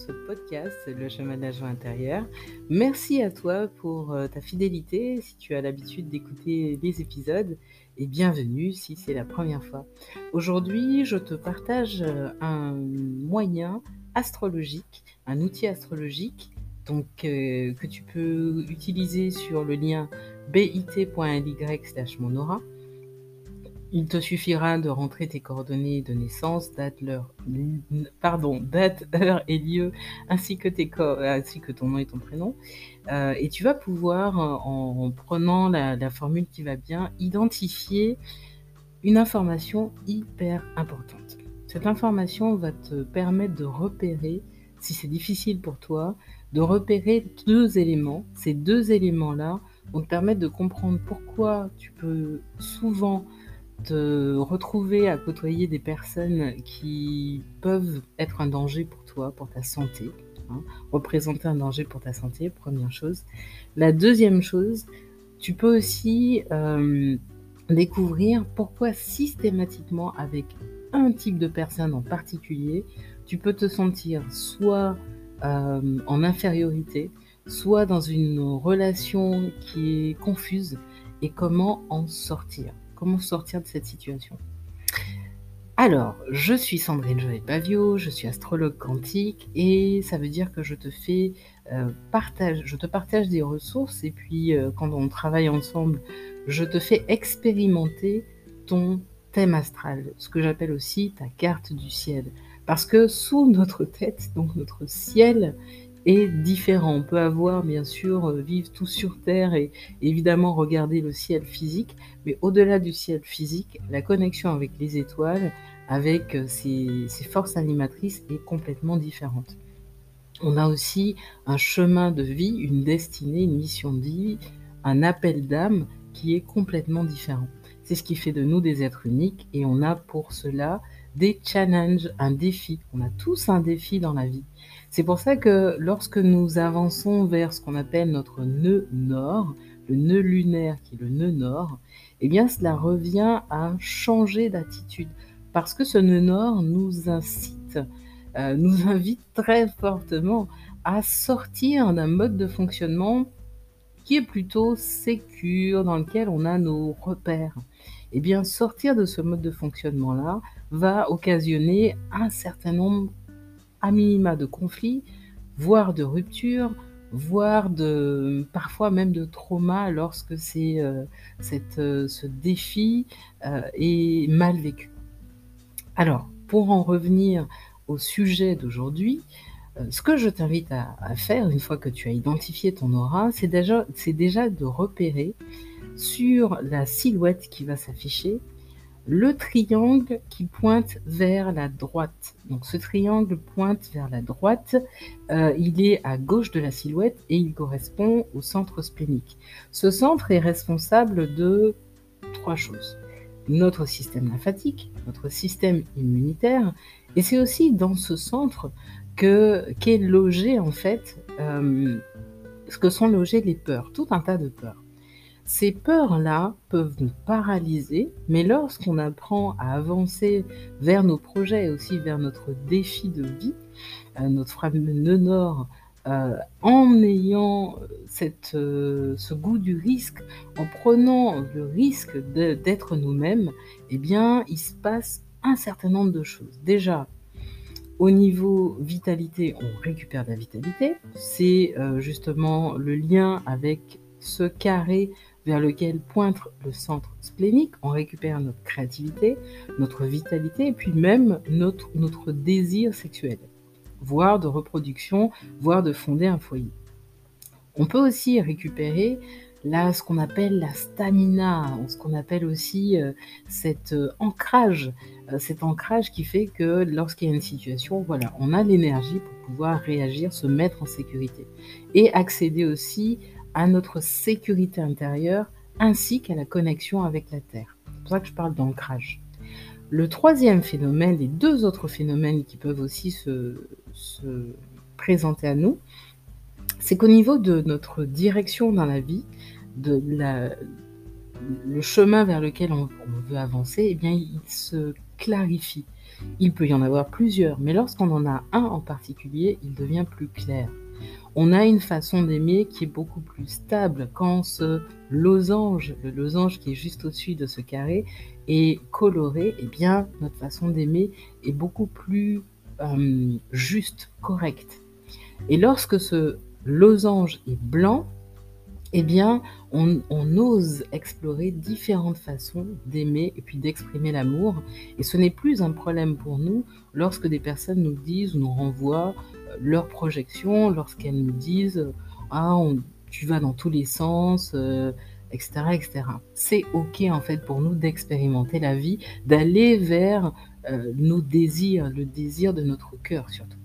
ce podcast, Le chemin de la joie intérieure. Merci à toi pour ta fidélité, si tu as l'habitude d'écouter les épisodes, et bienvenue si c'est la première fois. Aujourd'hui, je te partage un moyen astrologique, un outil astrologique que tu peux utiliser sur le lien bit.ly/mon aura. Il te suffira de rentrer tes coordonnées de naissance, date, heure et lieu, ainsi que ton nom et ton prénom. Et tu vas pouvoir, en prenant la formule qui va bien, identifier une information hyper importante. Cette information va te permettre de repérer, si c'est difficile pour toi, de repérer 2 éléments. Ces 2 éléments-là vont te permettre de comprendre pourquoi tu peux souvent te retrouver à côtoyer des personnes qui peuvent être un danger pour toi, pour ta santé, représenter un danger pour ta santé, première chose. La deuxième chose, tu peux aussi découvrir pourquoi systématiquement avec un type de personne en particulier, tu peux te sentir soit en infériorité, soit dans une relation qui est confuse, et comment en sortir. Comment sortir de cette situation? Alors, je suis Sandrine Joël-Pavio, je suis astrologue quantique et ça veut dire que je te partage des ressources et puis quand on travaille ensemble, je te fais expérimenter ton thème astral, ce que j'appelle aussi ta carte du ciel. Parce que sous notre tête, donc notre ciel, est différent. On peut avoir, bien sûr, vivre tout sur Terre et évidemment regarder le ciel physique, mais au-delà du ciel physique, la connexion avec les étoiles, avec ses forces animatrices est complètement différente. On a aussi un chemin de vie, une destinée, une mission de vie, un appel d'âme qui est complètement différent. C'est ce qui fait de nous des êtres uniques et on a pour cela des challenges, un défi. On a tous un défi dans la vie. C'est pour ça que lorsque nous avançons vers ce qu'on appelle notre nœud nord, le nœud lunaire qui est le nœud nord, eh bien cela revient à changer d'attitude parce que ce nœud nord nous invite très fortement à sortir d'un mode de fonctionnement qui est plutôt sécure, dans lequel on a nos repères. Eh bien, sortir de ce mode de fonctionnement-là va occasionner un certain nombre, à minima, de conflits, voire de ruptures, voire parfois même de trauma lorsque ce défi est mal vécu. Alors, pour en revenir au sujet d'aujourd'hui, ce que je t'invite à faire, une fois que tu as identifié ton aura, c'est déjà de repérer sur la silhouette qui va s'afficher, le triangle qui pointe vers la droite. Donc ce triangle pointe vers la droite, il est à gauche de la silhouette et il correspond au centre splénique. Ce centre est responsable de 3 choses. Notre système lymphatique, notre système immunitaire, et c'est aussi dans ce centre qu'est logé en fait, ce que sont logées les peurs, tout un tas de peurs. Ces peurs-là peuvent nous paralyser, mais lorsqu'on apprend à avancer vers nos projets et aussi vers notre défi de vie, notre fameux nœud nord, en ayant ce goût du risque, en prenant le risque d'être nous-mêmes, eh bien, il se passe un certain nombre de choses. Déjà, au niveau vitalité, on récupère de la vitalité. C'est justement le lien avec ce carré vers lequel pointe le centre splénique. On récupère notre créativité, notre vitalité et puis même notre désir sexuel, voire de reproduction, voire de fonder un foyer. On peut aussi récupérer ce qu'on appelle la stamina, ce qu'on appelle aussi cet ancrage qui fait que lorsqu'il y a une situation, voilà, on a l'énergie pour pouvoir réagir, se mettre en sécurité et accéder aussi à notre sécurité intérieure ainsi qu'à la connexion avec la Terre. C'est pour ça que je parle d'ancrage. Le troisième phénomène, les 2 autres phénomènes qui peuvent aussi se présenter à nous, c'est qu'au niveau de notre direction dans la vie, le chemin vers lequel on veut avancer, eh bien, il se clarifie. Il peut y en avoir plusieurs, mais lorsqu'on en a un en particulier, il devient plus clair. On a une façon d'aimer qui est beaucoup plus stable quand ce losange, le losange qui est juste au-dessus de ce carré, est coloré, eh bien, notre façon d'aimer est beaucoup plus juste, correcte. Et lorsque ce losange est blanc, eh bien, on ose explorer différentes façons d'aimer et puis d'exprimer l'amour. Et ce n'est plus un problème pour nous lorsque des personnes nous disent ou nous renvoient leurs projections, lorsqu'elles nous disent ah, tu vas dans tous les sens, etc., etc. C'est OK en fait pour nous d'expérimenter la vie, d'aller vers nos désirs, le désir de notre cœur surtout.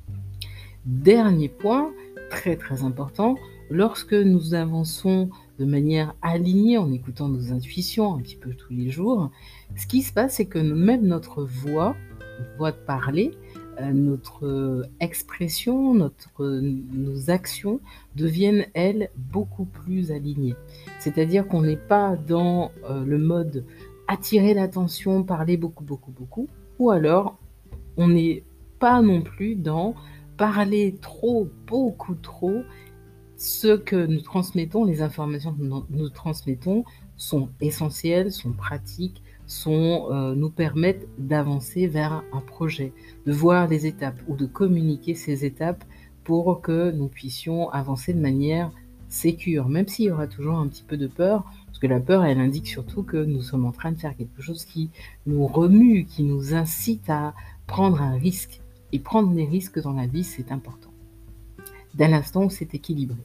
Dernier point, très très important, lorsque nous avançons de manière alignée en écoutant nos intuitions un petit peu tous les jours, ce qui se passe, c'est que même notre voix de parler, notre expression, nos actions deviennent, elles, beaucoup plus alignées. C'est-à-dire qu'on n'est pas dans le mode attirer l'attention, parler beaucoup, beaucoup, beaucoup, ou alors on n'est pas non plus dans parler trop, beaucoup trop. Ce que nous transmettons, les informations que nous transmettons sont essentielles, sont pratiques, nous permettent d'avancer vers un projet, de voir les étapes ou de communiquer ces étapes pour que nous puissions avancer de manière sécure, même s'il y aura toujours un petit peu de peur, parce que la peur, elle indique surtout que nous sommes en train de faire quelque chose qui nous remue, qui nous incite à prendre un risque. Et prendre des risques dans la vie, c'est important. Dès l'instant où c'est équilibré.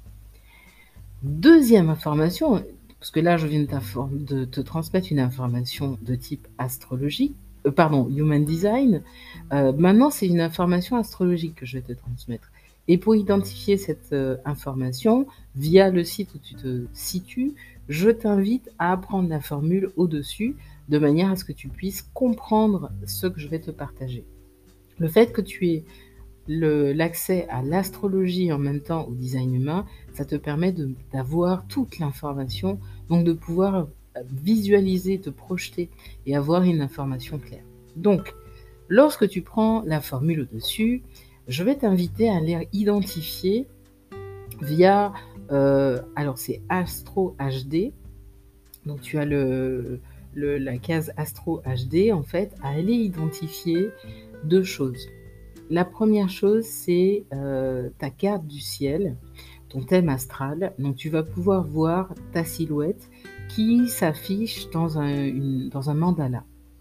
Deuxième information, parce que là je viens de te transmettre une information de type astrologie, human design. Maintenant c'est une information astrologique que je vais te transmettre. Et pour identifier cette information, via le site où tu te situes, je t'invite à apprendre la formule au-dessus, de manière à ce que tu puisses comprendre ce que je vais te partager. Le fait que tu aies l'accès à l'astrologie en même temps au design humain, ça te permet d'avoir toute l'information, donc de pouvoir visualiser, te projeter et avoir une information claire. Donc, lorsque tu prends la formule au-dessus, je vais t'inviter à aller identifier via, alors c'est Astro HD, donc tu as la case Astro HD, en fait, à aller identifier deux choses. La première chose, c'est ta carte du ciel, ton thème astral. Donc tu vas pouvoir voir ta silhouette qui s'affiche dans un mandala.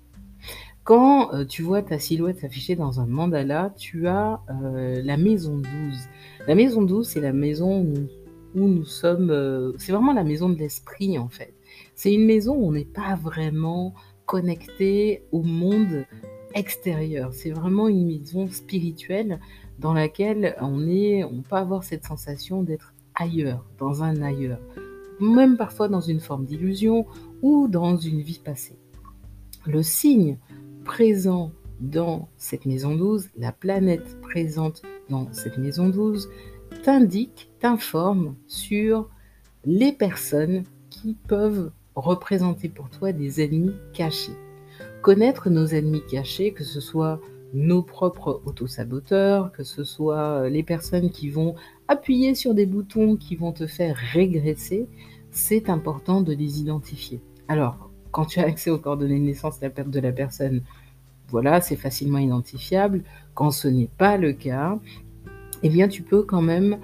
Quand tu vois ta silhouette s'afficher dans un mandala, tu as la maison 12. La maison 12, c'est la maison où nous sommes, c'est vraiment la maison de l'esprit en fait. C'est une maison où on n'est pas vraiment connecté au monde extérieur. C'est vraiment une maison spirituelle dans laquelle on peut avoir cette sensation d'être ailleurs, dans un ailleurs, même parfois dans une forme d'illusion ou dans une vie passée. Le signe présent dans cette maison 12, la planète présente dans cette maison 12, t'informe sur les personnes qui peuvent représenter pour toi des ennemis cachés. Connaître nos ennemis cachés, que ce soit nos propres autosaboteurs, que ce soit les personnes qui vont appuyer sur des boutons qui vont te faire régresser, c'est important de les identifier. Alors, quand tu as accès aux coordonnées de naissance de la personne, voilà, c'est facilement identifiable. Quand ce n'est pas le cas, eh bien, tu peux quand même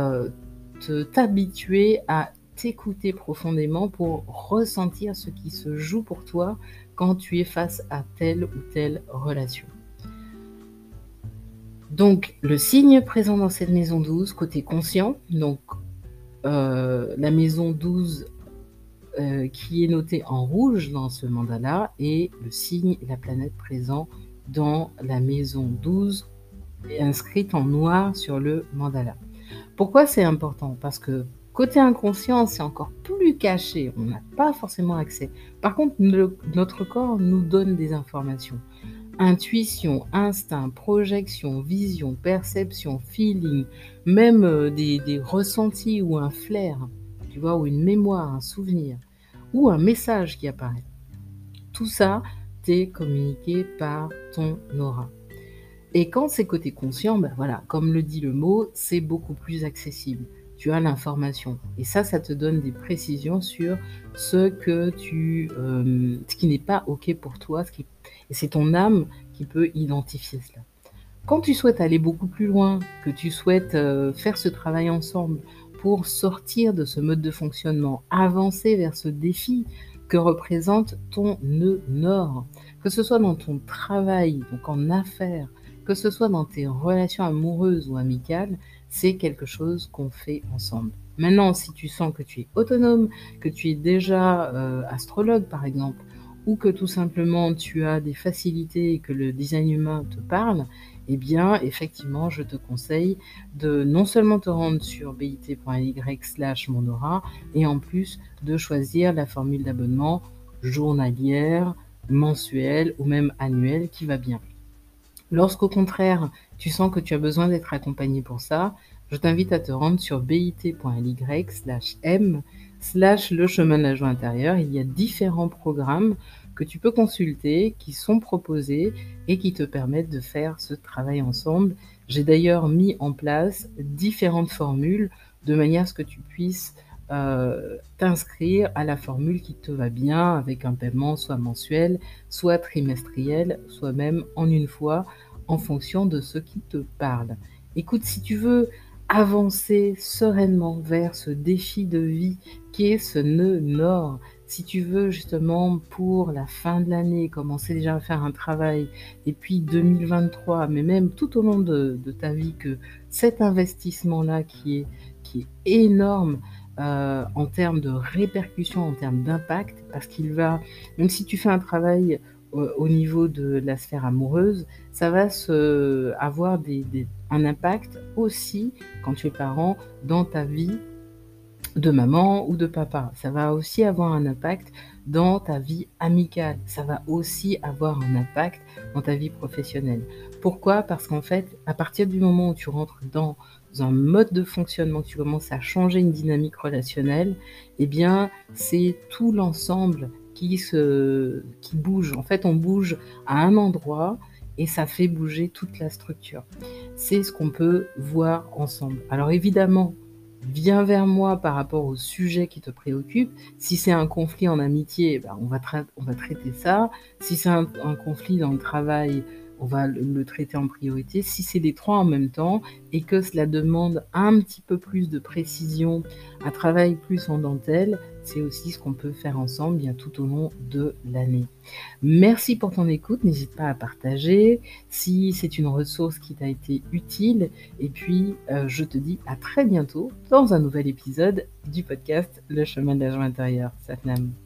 t'habituer à t'écouter profondément pour ressentir ce qui se joue pour toi quand tu es face à telle ou telle relation. Donc, le signe présent dans cette maison 12, côté conscient, donc la maison 12 qui est notée en rouge dans ce mandala, et le signe et la planète présent dans la maison 12, inscrite en noir sur le mandala. Pourquoi c'est important? Parce que côté inconscient, c'est encore plus caché, on n'a pas forcément accès. Par contre, notre corps nous donne des informations. Intuition, instinct, projection, vision, perception, feeling, même des ressentis ou un flair, tu vois, ou une mémoire, un souvenir, ou un message qui apparaît. Tout ça t'est communiqué par ton aura. Et quand c'est côté conscient, ben voilà, comme le dit le mot, c'est beaucoup plus accessible. Tu as l'information et ça te donne des précisions sur ce qui n'est pas OK pour toi, et c'est ton âme qui peut identifier cela. Quand tu souhaites aller beaucoup plus loin, que tu souhaites, faire ce travail ensemble pour sortir de ce mode de fonctionnement, avancer vers ce défi que représente ton nœud nord, que ce soit dans ton travail, donc en affaires, que ce soit dans tes relations amoureuses ou amicales, c'est quelque chose qu'on fait ensemble. Maintenant, si tu sens que tu es autonome, que tu es déjà, astrologue par exemple, ou que tout simplement tu as des facilités et que le design humain te parle, eh bien, effectivement, je te conseille de non seulement te rendre sur bit.ly/monora et en plus de choisir la formule d'abonnement journalière, mensuelle ou même annuelle qui va bien. Lorsqu'au contraire, tu sens que tu as besoin d'être accompagné pour ça, je t'invite à te rendre sur bit.ly/m/le chemin de la joie intérieure. Il y a différents programmes que tu peux consulter, qui sont proposés et qui te permettent de faire ce travail ensemble. J'ai d'ailleurs mis en place différentes formules de manière à ce que tu puisses t'inscrire à la formule qui te va bien avec un paiement soit mensuel, soit trimestriel, soit même en une fois en fonction de ce qui te parle. Écoute, si tu veux avancer sereinement vers ce défi de vie qui est ce nœud nord, si tu veux justement pour la fin de l'année commencer déjà à faire un travail et puis 2023, mais même tout au long de ta vie, que cet investissement-là qui est énorme en termes de répercussions, en termes d'impact, parce qu'il va, même si tu fais un travail au niveau de la sphère amoureuse, ça va avoir un impact aussi quand tu es parent dans ta vie de maman ou de papa. Ça va aussi avoir un impact dans ta vie amicale. Ça va aussi avoir un impact dans ta vie professionnelle. Pourquoi? Parce qu'en fait, à partir du moment où tu rentres dans un mode de fonctionnement, que tu commences à changer une dynamique relationnelle, eh bien, c'est tout l'ensemble qui bouge. En fait, on bouge à un endroit et ça fait bouger toute la structure. C'est ce qu'on peut voir ensemble. Alors évidemment, viens vers moi par rapport au sujet qui te préoccupe. Si c'est un conflit en amitié, bah, on va traiter ça. Si c'est un conflit dans le travail, on va le traiter en priorité. Si c'est les 3 en même temps et que cela demande un petit peu plus de précision, un travail plus en dentelle, c'est aussi ce qu'on peut faire ensemble bien tout au long de l'année. Merci pour ton écoute, n'hésite pas à partager si c'est une ressource qui t'a été utile et puis, je te dis à très bientôt dans un nouvel épisode du podcast Le chemin de la joie intérieure. Satnam.